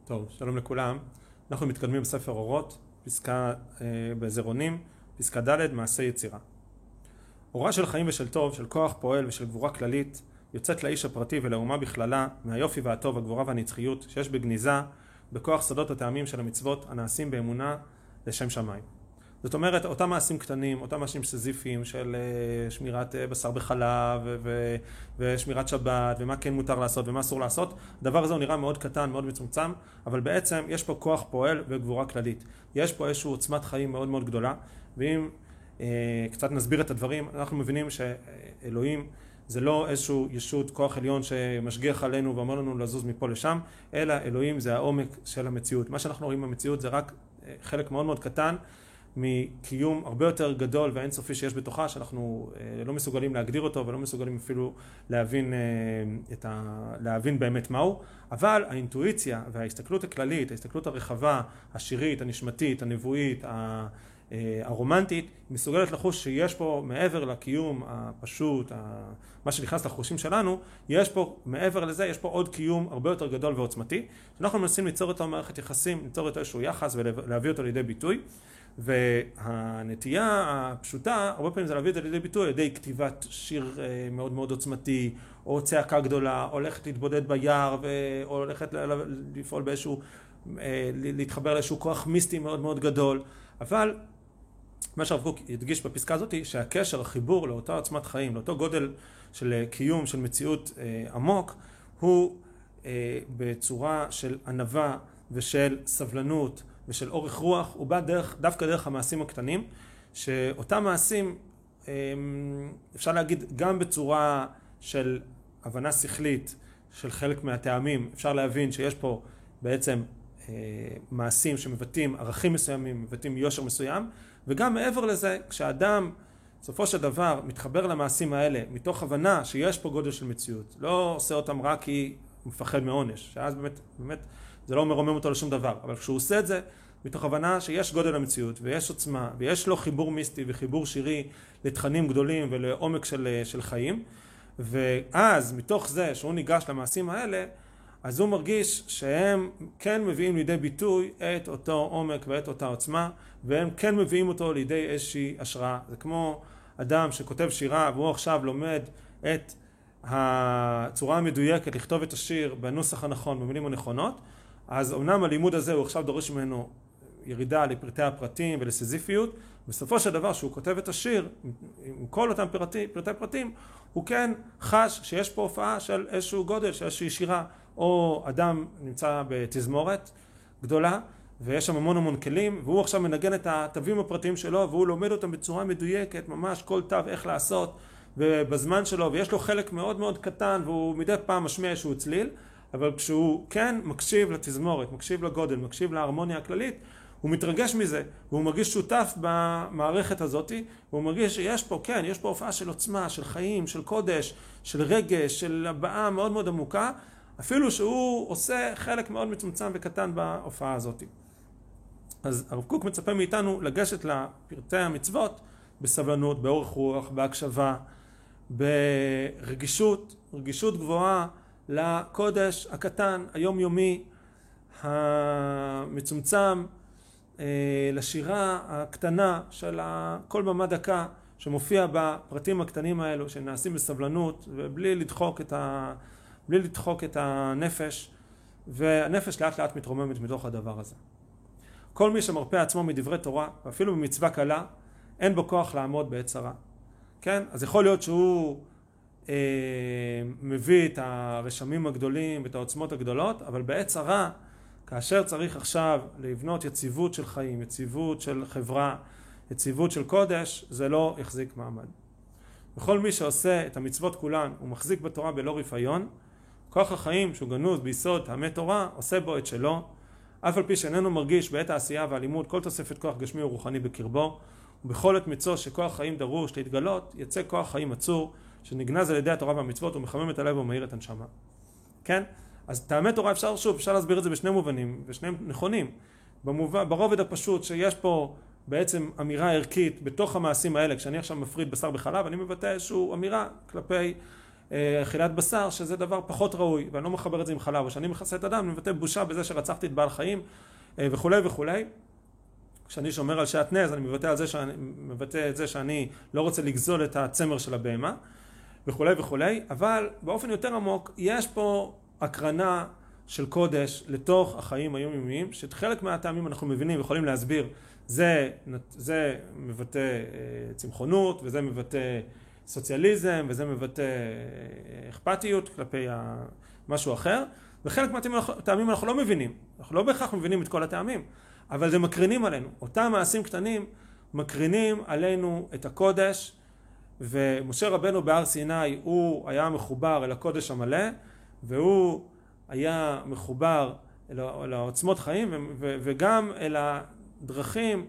טוב, שלום לכולם. אנחנו מתקדמים בספר אורות, פסקה בזרעונים, פסקה ד' מעשה יצירה. אורה של חיים ושל טוב, של כוח פועל ושל גבורה כללית, יוצאת לאיש הפרטי ולאומה בכללה, מהיופי והטוב, הגבורה והנצחיות, שיש בגניזה, בכוח סודות הטעמים של המצוות הנעשים באמונה לשם שמיים. זאת אומרת, אותם מעשים קטנים, אותם מעשים סזיפיים של שמירת בשר בחלב ושמירת שבת ומה כן מותר לעשות ומה אסור לעשות, הדבר הזה הוא נראה מאוד קטן, מאוד מצומצם, אבל בעצם יש פה כוח פועל וגבורה כללית. יש פה איזושהי עוצמת חיים מאוד מאוד גדולה, ואם קצת נסביר את הדברים, אנחנו מבינים שאלוהים זה לא איזשהו ישות כוח עליון שמשגיח עלינו ואומר לנו לזוז מפה לשם, אלא אלוהים זה העומק של המציאות. מה שאנחנו רואים במציאות זה רק חלק מאוד מאוד קטן מקיום הרבה יותר גדול ואינסופי שיש בתוכה, שאנחנו לא מסוגלים להגדיר אותו ולא מסוגלים אפילו להבין באמת מהו, אבל האינטואיציה וההסתכלות הכללית, ההסתכלות הרחבה, השירית, הנשמתית, הנבואית, הרומנטית, מסוגלת לחוש שיש פה מעבר לקיום הפשוט, מה שנכנס לחושים שלנו, יש פה מעבר לזה, יש פה עוד קיום הרבה יותר גדול ועוצמתי, שאנחנו מנסים ליצור אותו מערכת יחסים, ליצור אותו איזשהו יחס ולהביא אותו לידי ביטוי. והנטייה הפשוטה הרבה פעמים זה להביא את זה לידי ביטוי על ידי כתיבת שיר מאוד מאוד עוצמתי, או צעקה גדולה, או הולכת להתבודד ביער, או הולכת לפעול באיזשהו, להתחבר לאיזשהו כוח מיסטי מאוד מאוד גדול. אבל מה שהרב קוק הדגיש בפסקה הזאת, שהקשר, החיבור לאותה עוצמת חיים, לאותו גודל של קיום, של מציאות עמוק, הוא בצורה של ענווה ושל סבלנות ושל אורך רוח, הוא בא דווקא דרך המעשים הקטנים, שאותם מעשים אפשר להגיד גם בצורה של הבנה שכלית של חלק מהטעמים, אפשר להבין שיש פה בעצם מעשים שמבטאים ערכים מסוימים, מבטאים יושר מסוים, וגם מעבר לזה, כשאדם בסופו של דבר מתחבר למעשים האלה מתוך הבנה שיש פה גודל של מציאות, לא עושה אותם רק כי הוא מפחד מעונש, שאז באמת זה לא מרומם אותו לשום דבר, אבל כשהוא עושה את זה מתוך הבנה שיש גודל המציאות ויש עוצמה ויש לו חיבור מיסטי וחיבור שירי לתכנים גדולים ולעומק של חיים, ואז מתוך זה שהוא ניגש למעשים האלה, אז הוא מרגיש שהם כן מביאים לידי ביטוי את אותו עומק ואת אותה עוצמה, והם כן מביאים אותו לידי איזושהי השראה. זה כמו אדם שכותב שירה והוא עכשיו לומד את הצורה המדויקת לכתוב את השיר בנוסח הנכון, במילים הנכונות, אז אמנם הלימוד הזה הוא עכשיו דורש ממנו ירידה לפרטי הפרטים ולסזיפיות, בסופו של דבר שהוא כותב את השיר עם כל אותם פרטי פרטים, הוא כן חש שיש פה הופעה של איזשהו גודל, של איזושהי שירה, או אדם נמצא בתזמורת גדולה ויש שם המון כלים, והוא עכשיו מנגן את התווים הפרטיים שלו והוא לומד אותם בצורה מדויקת, ממש כל תו איך לעשות ובזמן שלו, ויש לו חלק מאוד מאוד קטן והוא מדי פעם משמיע איזשהו צליל, אבל כשהוא כן מקשיב לתזמורת, מקשיב לגודל, מקשיב להרמוניה הכללית, הוא מתרגש מזה, והוא מרגיש שותף במערכת הזאת, והוא מרגיש שיש פה, כן, יש פה הופעה של עוצמה, של חיים, של קודש, של רגש, של הבעה מאוד מאוד עמוקה, אפילו שהוא עושה חלק מאוד מצומצם וקטן בהופעה הזאת. אז הרב קוק מצפה מאיתנו לגשת לפרטי המצוות בסבלנות, באורך רוח, בהקשבה, ברגישות, רגישות גבוהה לקודש הקטן, היומיומי, המצומצם, לשירה הקטנה של כל במה דקה שמופיע בפרטים הקטנים האלו שנעשים בסבלנות ובלי לדחוק את הנפש, והנפש לאט לאט מתרוממת מתוך הדבר הזה. כל מי שמרפא עצמו מדברי תורה, ואפילו במצווה קלה, אין בו כוח לעמוד בעת צרה. כן? אז יכול להיות שהוא מביא את הרשמים הגדולים ואת העוצמות הגדולות, אבל בעת צרה, כאשר צריך עכשיו לבנות יציבות של חיים, יציבות של חברה, יציבות של קודש, זה לא יחזיק מעמד. וכל מי שעושה את המצוות כולן, הוא מחזיק בתורה בלא רפיון, כוח החיים שהוא גנוז ביסוד טעמי תורה, עושה בו את שלו, אף על פי שאיננו מרגיש בעת העשייה והלימוד כל תוספת כוח גשמי ורוחני בקרבו, ובכל עת מצוא שכוח חיים דרוש להתגלות, יצא כוח חיים עצור, שנגנז על ידי התורה והמצוות ומחמם את הלב ומאיר את הנשמה. כן? אז טעמי תורה אפשר להסביר את זה בשני מובנים, ושניהם נכונים. ברובד הפשוט שיש פה בעצם אמירה ערכית בתוך המעשים האלה, כשאני עכשיו מפריד בשר בחלב, אני מבטא איזושהי אמירה כלפי אכילת בשר, שזה דבר פחות ראוי, ואני לא מחבר את זה עם חלב, או שאני מכסה את אדם, אני מבטא בושה בזה שרצחתי את בעל חיים, וכולי וכולי. כשאני שומר על שעטנז, אני מבטא את זה שאני לא רוצה לגזול את הצמר של הבהמה, וכולי וכולי, אבל באופן יותר עמוק, יש פה הקרנה של קודש לתוך החיים היומיומיים, שחלק מהטעמים אנחנו מבינים ויכולים להסביר, זה מבטא צמחונות, וזה מבטא סוציאליזם, וזה מבטא אכפתיות כלפי משהו אחר, וחלק מהטעמים אנחנו לא מבינים, אנחנו לא בהכרח מבינים את כל הטעמים, אבל זה מקרינים עלינו. אותם מעשים קטנים מקרינים עלינו את הקודש, ומשה רבנו בהר סיני הוא היה מחובר אל הקודש המלא, והוא היה מחובר אל העוצמות חיים, וגם אל הדרכים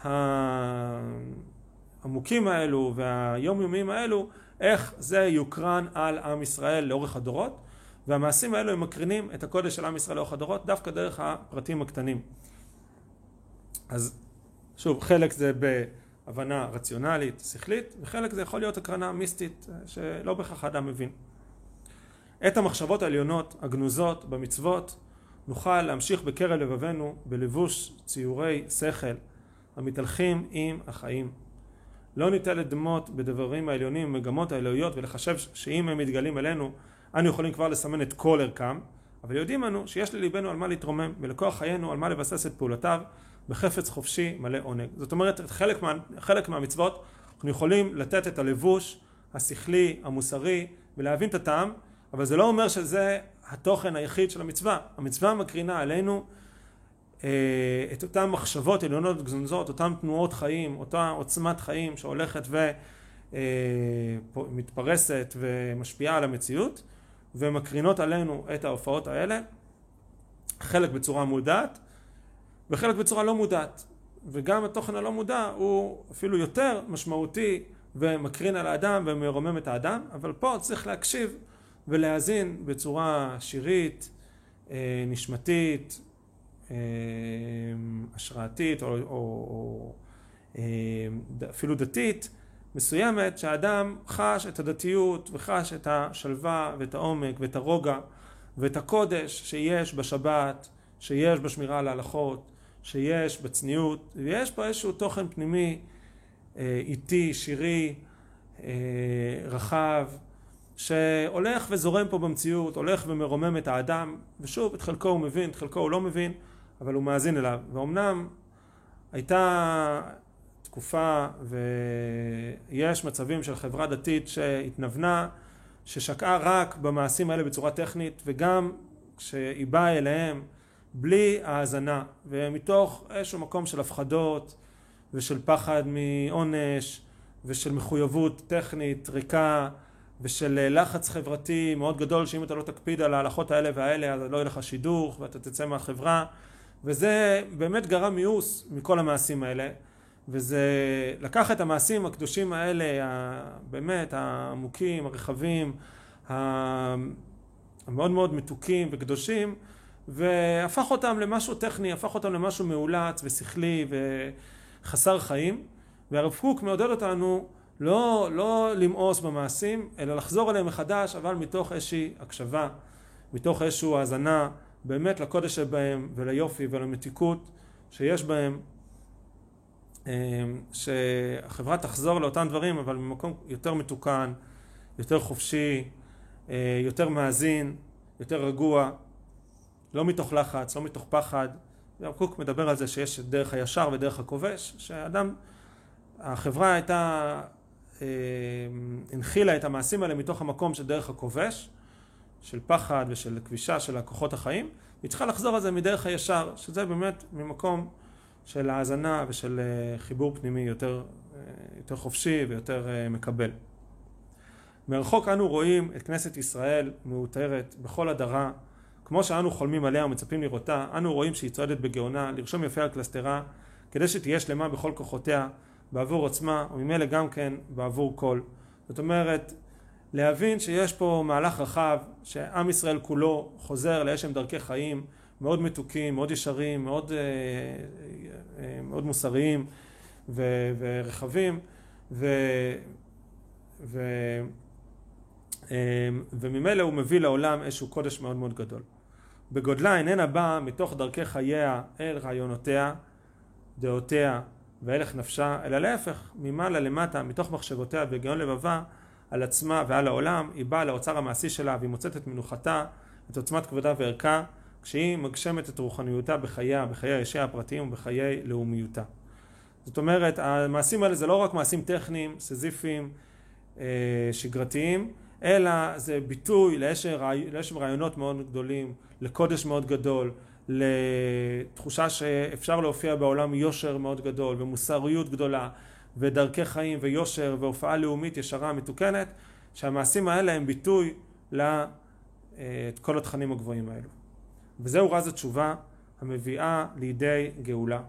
העמוקים האלו והיומיומיים האלו, איך זה יוקרן על עם ישראל לאורך הדורות, והמעשים האלו הם מקרינים את הקודש של עם ישראל לאורך הדורות, דווקא דרך הפרטים הקטנים. אז שוב, חלק זה בהבנה רציונלית, שכלית, וחלק זה יכול להיות הקרנה מיסטית שלא בהכרח האדם מבין. את המחשבות העליונות הגנוזות במצוות נוכל להמשיך בקרב לבבנו בלבוש ציורי שכל המתהלכים עם החיים. לא ניתן לדמות בדברים העליונים מגמות האלוהיות ולחשב שאם הם מתגלים אלינו אנו יכולים כבר לסמן את כל ערכם, אבל יודעים אנו שיש לליבנו על מה להתרומם ולכוח חיינו על מה לבסס את פעולותיו בחפץ חופשי מלא עונג. זאת אומרת, חלק מהמצוות אנחנו יכולים לתת את הלבוש השכלי, המוסרי, ולהבין את הטעם, אבל זה לא אומר שזה התוכן היחיד של המצווה. המצווה מקרינה עלינו את אותן מחשבות עליונות גנוזות, אותן תנועות חיים, אותה עוצמת חיים שהולכת ומתפרסת ומשפיעה על המציאות, ומקרינות עלינו את ההופעות האלה, חלק בצורה מודעת, וחלק בצורה לא מודעת. וגם התוכן הלא מודע הוא אפילו יותר משמעותי ומקרין על האדם ומרומם את האדם, אבל פה צריך להקשיב ולהאזין בצורה שירית, נשמתית, השראתית או אפילו דתית מסוימת, שהאדם חש את הדתיות וחש את השלווה ואת העומק ואת הרוגע ואת הקודש שיש בשבת, שיש בשמירה על ההלכות, שיש בצניעות, ויש פה איזשהו תוכן פנימי איטי, שירי, רחב, שהולך וזורם פה במציאות, הולך ומרומם את האדם, ושוב, את חלקו הוא מבין, את חלקו הוא לא מבין, אבל הוא מאזין אליו. ואומנם הייתה תקופה ויש מצבים של חברה דתית שהתנבנה, ששקעה רק במעשים האלה בצורה טכנית, וגם כשהיא באה אליהם בלי האזנה, ומתוך איזשהו מקום של הפחדות ושל פחד מעונש ושל מחויבות טכנית ריקה ושל לחץ חברתי מאוד גדול, שאם אתה לא תקפיד על ההלכות האלה והאלה אז לא יהיה לך שידוך ואתה תצא מהחברה, וזה באמת גרם מיאוס מכל המעשים האלה. וזה לקח את המעשים הקדושים האלה, באמת העמוקים, הרחבים, המאוד מאוד מתוקים וקדושים, והפך אותם למשהו טכני, הפך אותם למשהו מאולץ ושכלי וחסר חיים. והרב קוק מעודד אותנו לא למאוס במעשים, אלא לחזור אליהם מחדש, אבל מתוך איזושהי הקשבה, מתוך איזושהי האזנה באמת לקודש שבהם וליופי ולמתיקות שיש בהם, שהחברה תחזור לאותם דברים, אבל במקום יותר מתוקן, יותר חופשי, יותר מאזין, יותר רגוע, לא מתוך לחץ, לא מתוך פחד. הרב קוק מדבר על זה שיש דרך הישר ודרך הכובש, שהאדם, החברה הייתה, הנחילה את המעשים האלה מתוך המקום של דרך הכובש, של פחד ושל כבישה של הכוחות החיים, היא צריכה לחזור על זה מדרך הישר, שזה באמת ממקום של האזנה ושל חיבור פנימי יותר חופשי ויותר מקבל. מרחוק אנו רואים את כנסת ישראל מאותרת בכל הדרה, כמו שאנו חולמים עליה ומצפים לראותה, אנו רואים שהיא צועדת בגאונה, לרשום יפה על קלסתרה, כדי שתהיה שלמה בכל כוחותיה, בעבור עצמה, וממילא גם כן בעבור כל. זאת אומרת, להבין שיש פה מהלך רחב, שעם ישראל כולו חוזר לאיזשהם דרכי חיים, מאוד מתוקים, מאוד ישרים, מאוד מוסריים ורחבים, וממילא הוא מביא לעולם איזשהו קודש מאוד מאוד גדול. בגודלה איננה באה מתוך דרכי חייה אל רעיונותיה, דעותיה והלך נפשה, אלא להפך, ממעלה למטה, מתוך מחשבותיה והיגיון לבבה על עצמה ועל העולם, היא באה לאוצר המעשי שלה והיא מוצאת את מנוחתה, את עוצמת כבודה וערכה, כשהיא מגשמת את רוחניותה בחייה, בחיי האישי הפרטיים ובחיי לאומיותה. זאת אומרת, המעשים האלה זה לא רק מעשים טכניים, סזיפיים, שגרתיים, אלא זה ביטוי לאיזשהם רעיונות מאוד גדולים, לקודש מאוד גדול, לתחושה שאפשר להופיע בעולם יושר מאוד גדול ומוסריות גדולה ודרכי חיים ויושר והופעה לאומית ישרה מתוקנת, שהמעשים האלה הם ביטוי לכל התכנים הגבוהים האלו. וזהו רז התשובה המביאה לידי גאולה.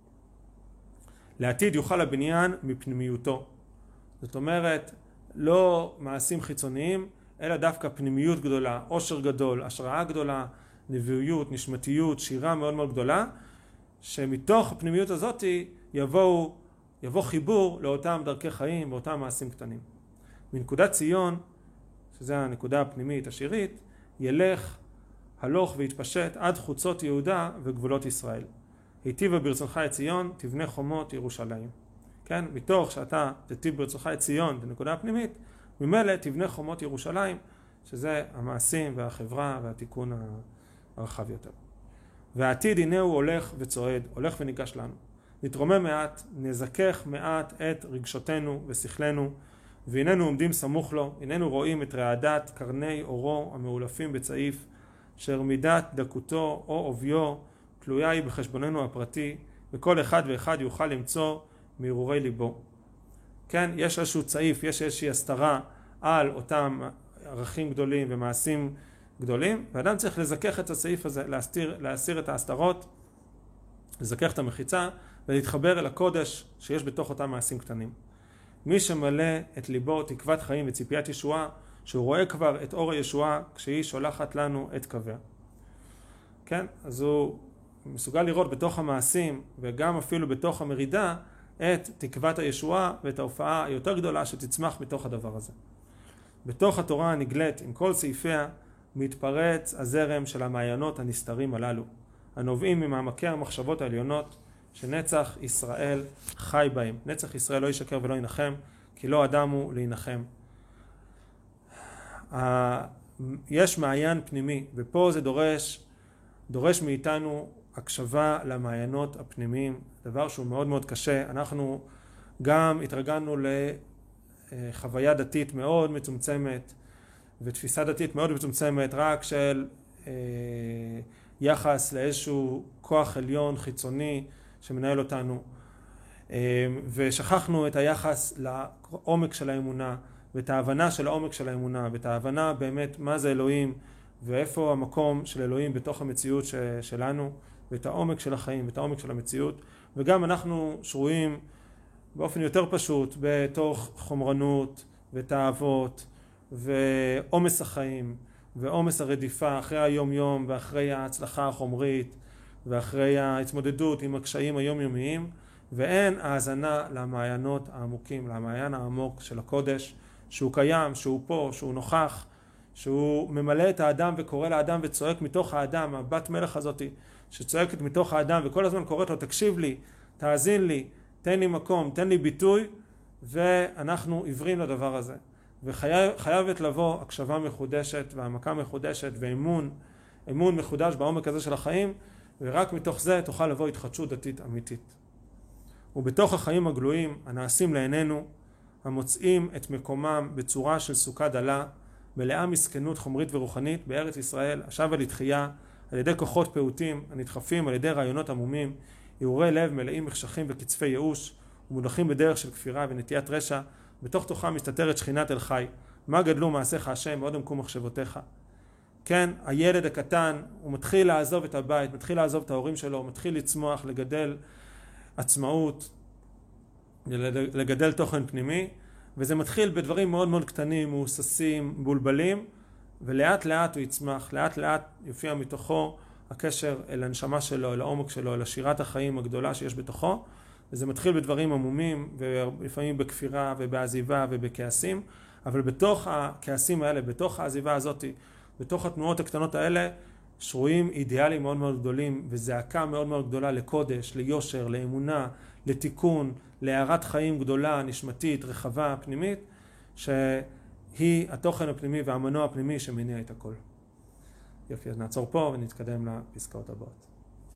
לעתיד יוכל הבניין מפנימיותו. זאת אומרת, לא מעשים חיצוניים, אלא דווקא פנימיות גדולה, עושר גדול, השראה גדולה, נביאיות, נשמתיות, שירה מאוד מאוד גדולה, שמתוך הפנימיות הזאת יבוא חיבור לאותם דרכי חיים ואותם מעשים קטנים. מנקודת ציון, שזו הנקודה הפנימית השירית, ילך, הלוך והתפשט עד חוצות יהודה וגבולות ישראל. היטיבה ברצונך את ציון, תבנה חומות ירושלים. כן? מתוך שאתה תיטיב ברצונך את ציון, בנקודה הפנימית, ממילא תבנה חומות ירושלים, שזה המעשים והחברה והתיקון הרחב יותר. והעתיד הנה הוא הולך וצועד, הולך וניגש לנו. נתרומם מעט, נזכך מעט את רגשותינו ושכלנו, והננו עומדים סמוך לו, הננו רואים את רעדת קרני אורו המאולפים בצעיף, אשר מידת דקותו או עוביו תלויה היא בחשבוננו הפרטי, וכל אחד ואחד יוכל למצוא מהרהורי ליבו. כן, יש איזשהו צעיף, יש איזושהי הסתרה על אותם ערכים גדולים ומעשים גדולים, ואדם צריך לזכך את הצעיף הזה, להסיר את ההסתרות, לזכך את המחיצה ולהתחבר אל הקודש שיש בתוך אותם מעשים קטנים. מי שמלא את ליבו תקוות חיים וציפיית ישועה, שהוא רואה כבר את אור הישועה כשהיא שולחת לנו את קוויה. כן, אז הוא מסוגל לראות בתוך המעשים וגם אפילו בתוך המרידה את תקוות הישועה ואת ההופעה היותר גדולה שתצמח בתוך הדבר הזה. בתוך התורה הנגלית עם כל סעיפיה מתפרץ הזרם של המעיינות הנסתרים הללו, הנובעים ממעמקי המחשבות העליונות שנצח ישראל חי בהם. נצח ישראל לא ישקר ולא ינחם, כי לא אדם הוא להנחם. יש מעיין פנימי, ופה זה דורש מאיתנו הקשבה למעיינות הפנימיים, דבר שהוא מאוד מאוד קשה. אנחנו גם התרגלנו לחוויה דתית מאוד מצומצמת, ותפיסה דתית מאוד מצומצמת, רק של יחס לאיזשהו כוח עליון חיצוני שמנהל אותנו, ושכחנו את היחס לעומק של האמונה, ואת ההבנה של העומק של האמונה, ואת ההבנה באמת מה זה אלוהים, ואיפה המקום של אלוהים בתוך המציאות שלנו, ואת העומק של החיים, ואת העומק של המציאות. וגם אנחנו שרויים באופן יותר פשוט בתוך חומרנות ותאוות ועומס החיים ועומס הרדיפה אחרי היום יום ואחרי ההצלחה החומרית ואחרי ההתמודדות עם הקשיים היומיומיים, ואין האזנה למעיינות העמוקים, למעיין העמוק של הקודש, שהוא קיים, שהוא פה, שהוא נוכח, שהוא ממלא את האדם וקורא לאדם וצועק מתוך האדם, הבת מלך הזאת שצועקת מתוך האדם וכל הזמן קוראת לו, תקשיב לי, תאזין לי, תן לי מקום, תן לי ביטוי, ואנחנו עיוורים לדבר הזה. וחייבת לבוא הקשבה מחודשת והעמקה מחודשת ואמון מחודש בעומק הזה של החיים, ורק מתוך זה תוכל לבוא התחדשות דתית אמיתית. ובתוך החיים הגלויים הנעשים לעינינו, המוצאים את מקומם בצורה של סוכה דלה, מלאה מסכנות חומרית ורוחנית בארץ ישראל, השבה לתחייה על ידי כוחות פעוטים הנדחפים על ידי רעיונות עמומים, הרהורי לב מלאים מחשכים וקצפי ייאוש, ומונחים בדרך של כפירה ונטיית רשע, בתוך תוכם מסתתרת שכינת אל חי. מה גדלו מעשיך השם, מאוד עמקו מחשבותיך. כן, הילד הקטן, הוא מתחיל לעזוב את הבית, מתחיל לעזוב את ההורים שלו, מתחיל לצמוח, לגדל עצמאות, לגדל תוכן פנימי, וזה מתחיל בדברים מאוד מאוד קטנים, מאוססים, מבולבלים, ולאט לאט הוא יצמח, לאט לאט יופיע מתוכו הקשר אל הנשמה שלו, אל העומק שלו, אל שירת החיים הגדולה שיש בתוכו, וזה מתחיל בדברים עמומים, ולפעמים בכפירה ובעזיבה ובכעסים, אבל בתוך הכעסים האלה, בתוך העזיבה הזאת, בתוך התנועות הקטנות האלה, שרויים אידיאלים מאוד מאוד גדולים, וזעקה מאוד מאוד גדולה לקודש, ליושר, לאמונה, לתיקון, להארת חיים גדולה, נשמתית, רחבה, פנימית, שהיא התוכן הפנימי והמנוע הפנימי שמניע את הכל. יופי, אז נעצור פה ונתקדם לפסקאות הבאות.